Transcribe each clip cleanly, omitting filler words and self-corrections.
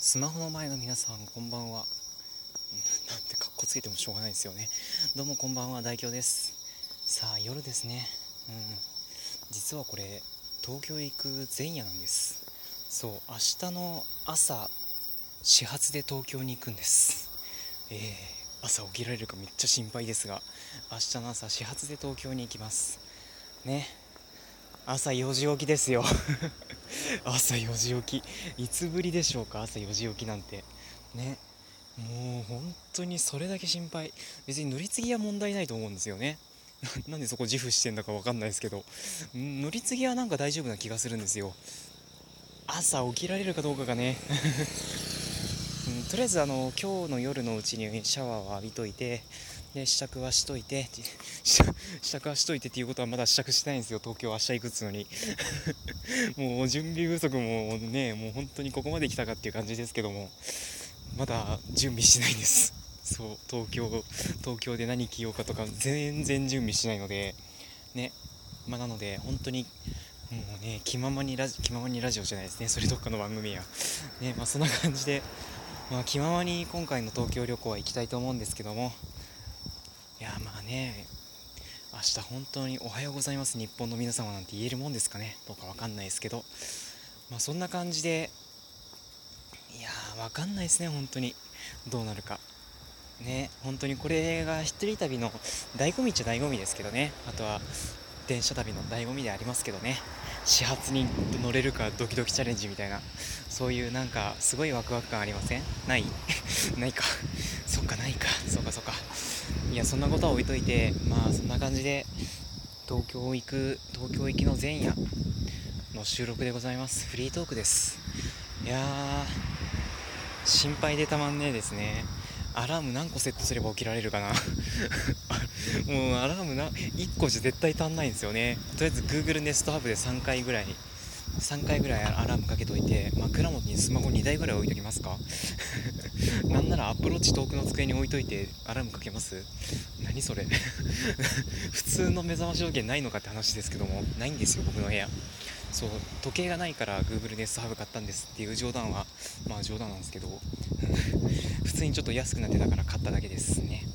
スマホの前の皆さん、こんばんは。なんてかっこつけてもしょうがないですよね。どうもこんばんは、大京です。さあ夜ですね。実はこれ東京へ行く前夜なんです。そう、明日の朝始発で東京に行くんです。朝起きられるかめっちゃ心配ですが、明日の朝始発で東京に行きますね。朝4時起きですよ。朝4時起き、いつぶりでしょうか、朝4時起きなんてね。もう本当にそれだけ心配。別に乗り継ぎは問題ないと思うんですよね。なんでそこ自負してんだか分かんないですけど、乗り継ぎはなんか大丈夫な気がするんですよ。朝起きられるかどうかがね。とりあえず今日の夜のうちにシャワーを浴びといて、で支度はしといて支度はしといてっていうことはまだ支度してないんですよ。東京明日行くっつうのに。もう準備不足もね、もう本当にここまで来たかっていう感じですけども、まだ準備しないんです。そう、東京で何着ようかとか全然準備しないのでね。なので本当にもうね、気ままにラジオじゃないですね、それどっかの番組やね。そんな感じで、気ままに今回の東京旅行は行きたいと思うんですけども、いや明日本当におはようございます日本の皆様なんて言えるもんですかね、どうかわかんないですけど、そんな感じで、いやわかんないですね、本当にどうなるかね。本当にこれが一人旅の醍醐味っちゃ醍醐味ですけどね。あとは電車旅の醍醐味でありますけどね。始発に乗れるかドキドキチャレンジみたいな、そういうなんかすごいワクワク感ありません？ないないか。そっか、ないか。そうか。いや、そんなことは置いといて、そんな感じで東京行きの前夜の収録でございます。フリートークです。いや心配でたまんねえですね。アラーム何個セットすれば起きられるかな。もうアラーム1個じゃ絶対足んないんですよね。とりあえず Google Nest Hub で3回ぐらいアラームかけといて、枕元にスマホ2台ぐらい置いときますか。なんならアップローチ遠くの机に置いといてアラームかけます。何それ。普通の目覚まし時計ないのかって話ですけども、ないんですよ僕の部屋。そう、時計がないから Google Nest Hub 買ったんですっていう冗談は冗談なんですけど、普通にちょっと安くなってたから買っただけですね。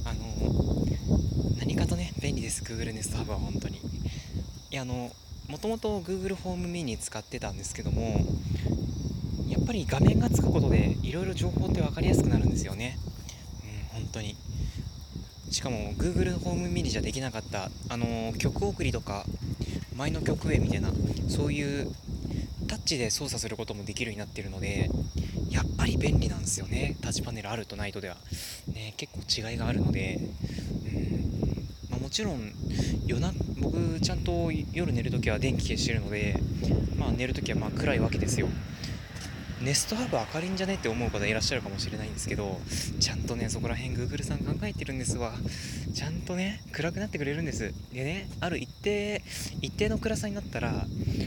何かとね便利です Google Nest Hub は本当に。いや、もともと Google ホームミニ使ってたんですけども、やっぱり画面がつくことでいろいろ情報って分かりやすくなるんですよね。本当に。しかも Google ホームミニじゃできなかった曲送りとか前の曲へみたいな、そういうタッチで操作することもできるようになっているので、やっぱり便利なんですよね。タッチパネルあるとないとではね、結構違いがあるので、もちろん僕ちゃんと夜寝るときは電気消してるので、寝るときは暗いわけですよ。ネストハブ明るいんじゃねって思う方いらっしゃるかもしれないんですけど、ちゃんとねそこら辺 Google さん考えてるんですわ。ちゃんとね暗くなってくれるんです。でね、ある一定の暗さになったら、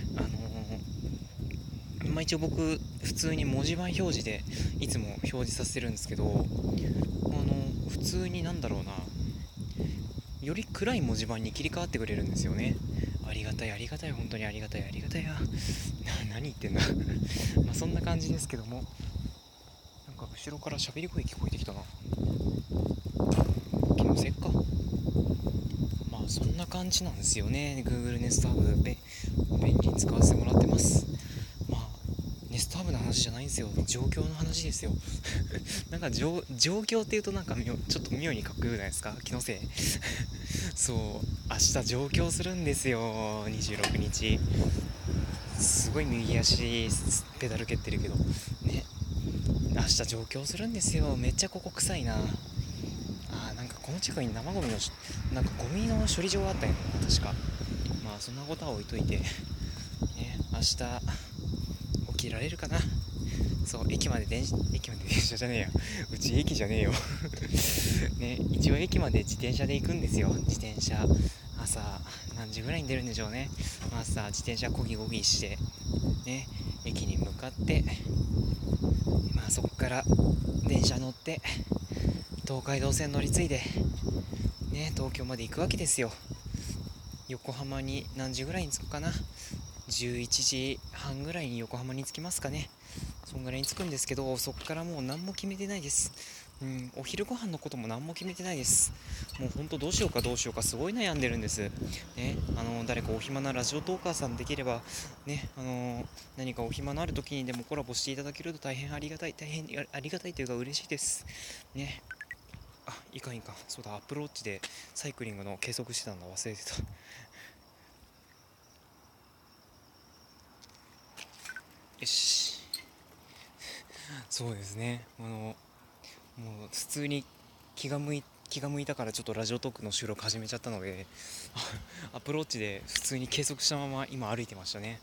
一応僕普通に文字盤表示でいつも表示させてるんですけど、普通になんだろうな、より暗い文字盤に切り替わってくれるんですよね。ありがたい、ありがたい、本当にありがたい、ありがたいや。何言ってんだ。そんな感じですけども、なんか後ろから喋り声聞こえてきたな。気のせいか。そんな感じなんですよね。 Google Nest Hub 便利に使わせてもらってます。ネストハブの話じゃないんですよ、状況の話ですよ。なんか状況っていうとなんかちょっと妙にかっこよくないですか、気のせい。そう、明日上京するんですよ、26日。すごい右足ペダル蹴ってるけどね。明日上京するんですよ。めっちゃここ臭いな。なんかこの近くに生ゴミのなんかゴミの処理場があったんやな確か。そんなことは置いといてね、明日起きられるかな。そう、駅まで電車じゃねえや、うち駅じゃねえよ。ね、一応駅まで自転車で行くんですよ。自転車朝何時ぐらいに出るんでしょうね。朝自転車こぎこぎしてね、駅に向かって、そこから電車乗って東海道線乗り継いでね、東京まで行くわけですよ。横浜に何時ぐらいに着くかな。11時半ぐらいに横浜に着きますかね。 そんぐらいに着くんですけど、そこからもう何も決めてないです。お昼ご飯のことも何も決めてないです。もうほんとどうしようかすごい悩んでるんですね。誰かお暇なラジオトーカーさんできればね、何かお暇のある時にでもコラボしていただけると大変ありがたいというか嬉しいですね。いかん、そうだ、アップルウォッチでサイクリングの計測してたの忘れてた。よし、そうですね、もう普通に気が向いたからちょっとラジオトークの収録始めちゃったのでアプローチで普通に計測したまま今歩いてましたね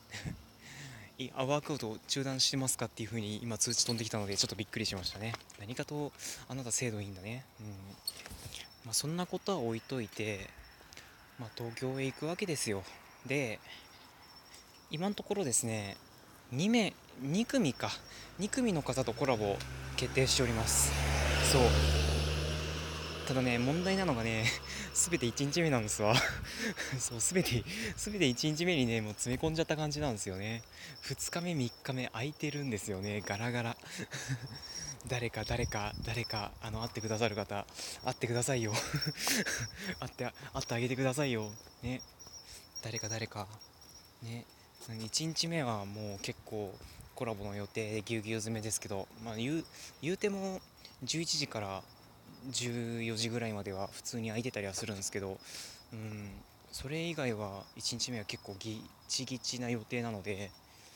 ワークアウト中断してますかっていう風に今通知飛んできたのでちょっとびっくりしましたね。何かとあなた精度いいんだね。そんなことは置いといて、東京へ行くわけですよ。で、今のところですね、2組の方とコラボ決定しております。そう、ただね、問題なのがね、全て1日目なんですわそう、全て1日目にね、もう詰め込んじゃった感じなんですよね。2日目3日目空いてるんですよね、ガラガラ誰か会ってくださる方、会ってくださいよ会ってあげてくださいよね。誰かね。1日目はもう結構コラボの予定でぎゅうぎゅう詰めですけど、言うても11時から14時ぐらいまでは普通に空いてたりはするんですけど、それ以外は1日目は結構ギチギチな予定なので、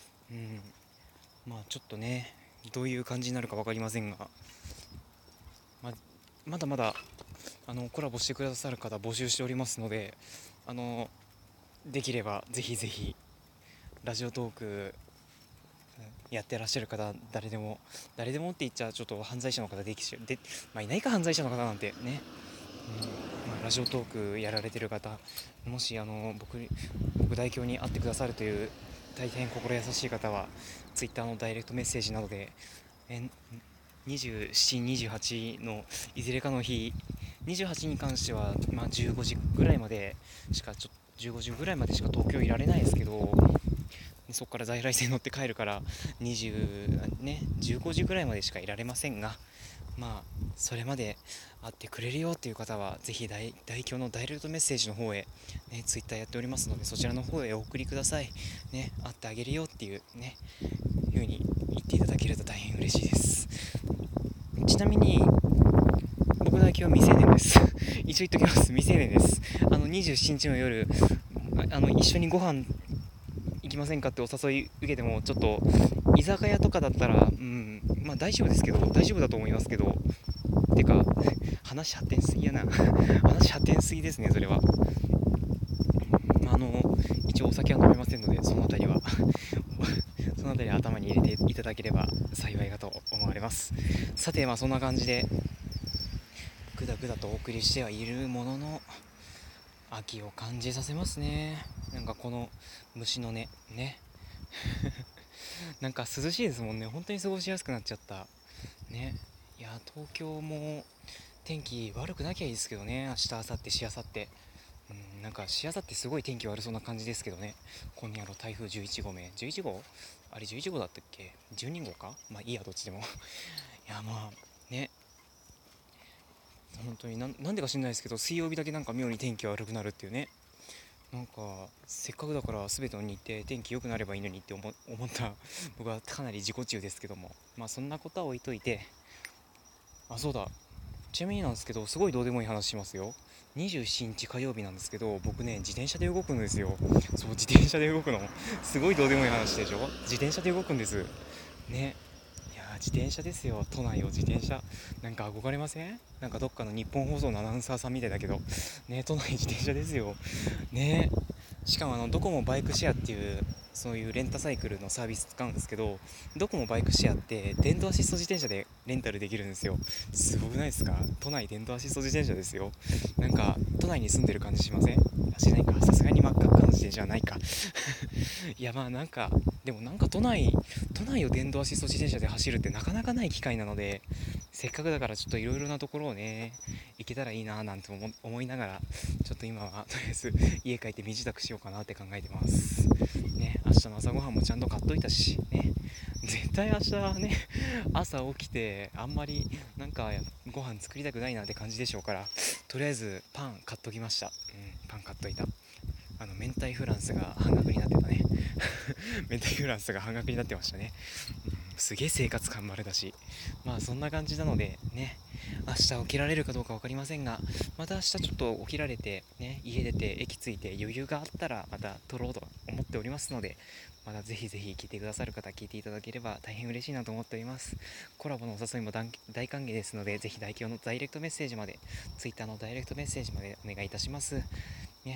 ちょっとね、どういう感じになるか分かりませんが、まだまだコラボしてくださる方募集しておりますので、できればぜひぜひラジオトークやってらっしゃる方、誰でもって言っちゃちょっと犯罪者の方いないか、犯罪者の方なんてね。ラジオトークやられてる方、もし僕代表に会ってくださるという大変心優しい方は Twitter のダイレクトメッセージなどで27、28のいずれかの日、28に関しては15時ぐらいまでしか15時ぐらいまでしか東京いられないですけど、そこから在来線乗って帰るから15時ぐらいまでしかいられませんが、それまで会ってくれるよっていう方はぜひ代表のダイレクトメッセージの方へ、ツイッターやっておりますので、そちらの方へお送りくださいね。会ってあげるよっていうね風に言っていただけると大変嬉しいです。ちなみに僕代表は未成年です一応言っときます、未成年です。27日の夜一緒にご飯行きませんかってお誘い受けても、ちょっと居酒屋とかだったら大丈夫だと思いますけど、てか話発展すぎやな話発展すぎですね、それは。一応お酒は飲めませんので、そのあたりは頭に入れていただければ幸いかと思われます。さて、そんな感じでグダグダとお送りしてはいるものの、秋を感じさせますね。なんかこの虫の音ねなんか涼しいですもんね。本当に過ごしやすくなっちゃったね。いや、東京も天気悪くなきゃいいですけどね。明日、明後日、しあさってなんかしあさってすごい天気悪そうな感じですけどね。今夜の台風11号目、11号あれ11号だったっけ、12号か、いいや、どっちでもいやね、本当になんでか知んないですけど、水曜日だけなんか妙に天気悪くなるっていうね。なんかせっかくだから全ての日程天気良くなればいいのにって思った僕はかなり自己中ですけども、そんなことは置いといて、そうだ、ちなみになんですけど、すごいどうでもいい話しますよ。27日火曜日なんですけど、僕ね、自転車で動くんですよ。そう、自転車で動くのすごいどうでもいい話でしょ。自転車で動くんですね。いやー、自転車ですよ。都内を自転車、なんか憧れません？なんかどっかの日本放送のアナウンサーさんみたいだけどね、都内自転車ですよね。しかもドコモバイクシェアっていうそういうレンタサイクルのサービス使うんですけど、ドコモバイクシェアって電動アシスト自転車でレンタルできるんですよ。すごくないですか？都内電動アシスト自転車ですよ。なんか都内に住んでる感じしません？しないか、さすがに真っ赤っかの自転車はないかいや、なんかでもなんか都内を電動アシスト自転車で走るってなかなかない機会なので、 せっかくだからちょっといろいろなところをね行けたらいいななんて思いながら、ちょっと今はとりあえず家帰って身支度しようかなって考えてますね。明日の朝ごはんもちゃんと買っといたしね。絶対明日ね朝起きてあんまりなんかご飯作りたくないなって感じでしょうから、とりあえずパン買っときました。パン買っといた。明太フランスが半額になってたね明太フランスが半額になってましたね。すげえ生活感丸だし、まあそんな感じなのでね、明日起きられるかどうか分かりませんが、また明日ちょっと起きられてね、家出て駅着いて余裕があったらまた撮ろうと思っておりますので、またぜひぜひ聞いてくださる方、聞いていただければ大変嬉しいなと思っております。コラボのお誘いも大歓迎ですので、ぜひ代表のダイレクトメッセージまで、 Twitter のダイレクトメッセージまでお願いいたしますね。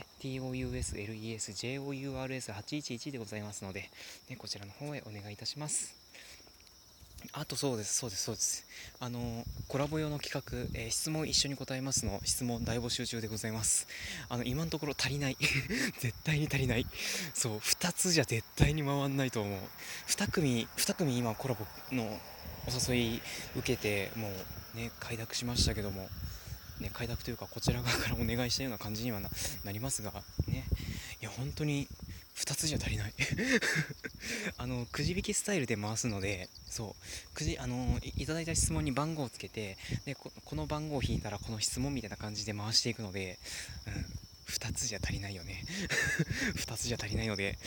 TOUSLESJOURS811 でございますので、ね、こちらの方へお願いいたします。あとそうです、コラボ用の企画、質問一緒に答えますの質問大募集中でございます。今のところ足りない絶対に足りない。そう、2つじゃ絶対に回んないと思う。2組今コラボのお誘い受けて、もうね快諾しましたけどもね、快諾というかこちら側からお願いしたような感じには なりますがね。いや本当に2つじゃ足りないくじ引きスタイルで回すので、そうくじいただいた質問に番号をつけて、でこの番号を引いたらこの質問みたいな感じで回していくので、2つじゃ足りないよね2つじゃ足りないので、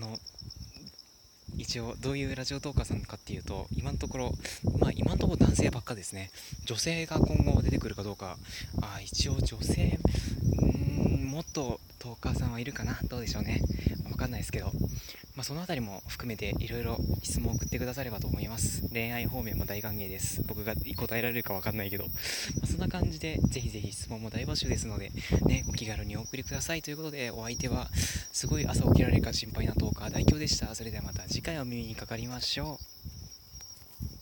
一応どういうラジオトーカーさんかっていうと、今のところ男性ばっかですね。女性が今後出てくるかどうか、一応女性もっとトーカーさんはいるかな、どうでしょうね、分かんないですけど、そのあたりも含めていろいろ質問を送ってくださればと思います。恋愛方面も大歓迎です。僕が答えられるか分かんないけど、そんな感じでぜひぜひ質問も大募集ですのでね、お気軽にお送りください。ということで、お相手はすごい朝起きられるか心配なトーカー大京でした。それではまた次回お耳にかかりましょう。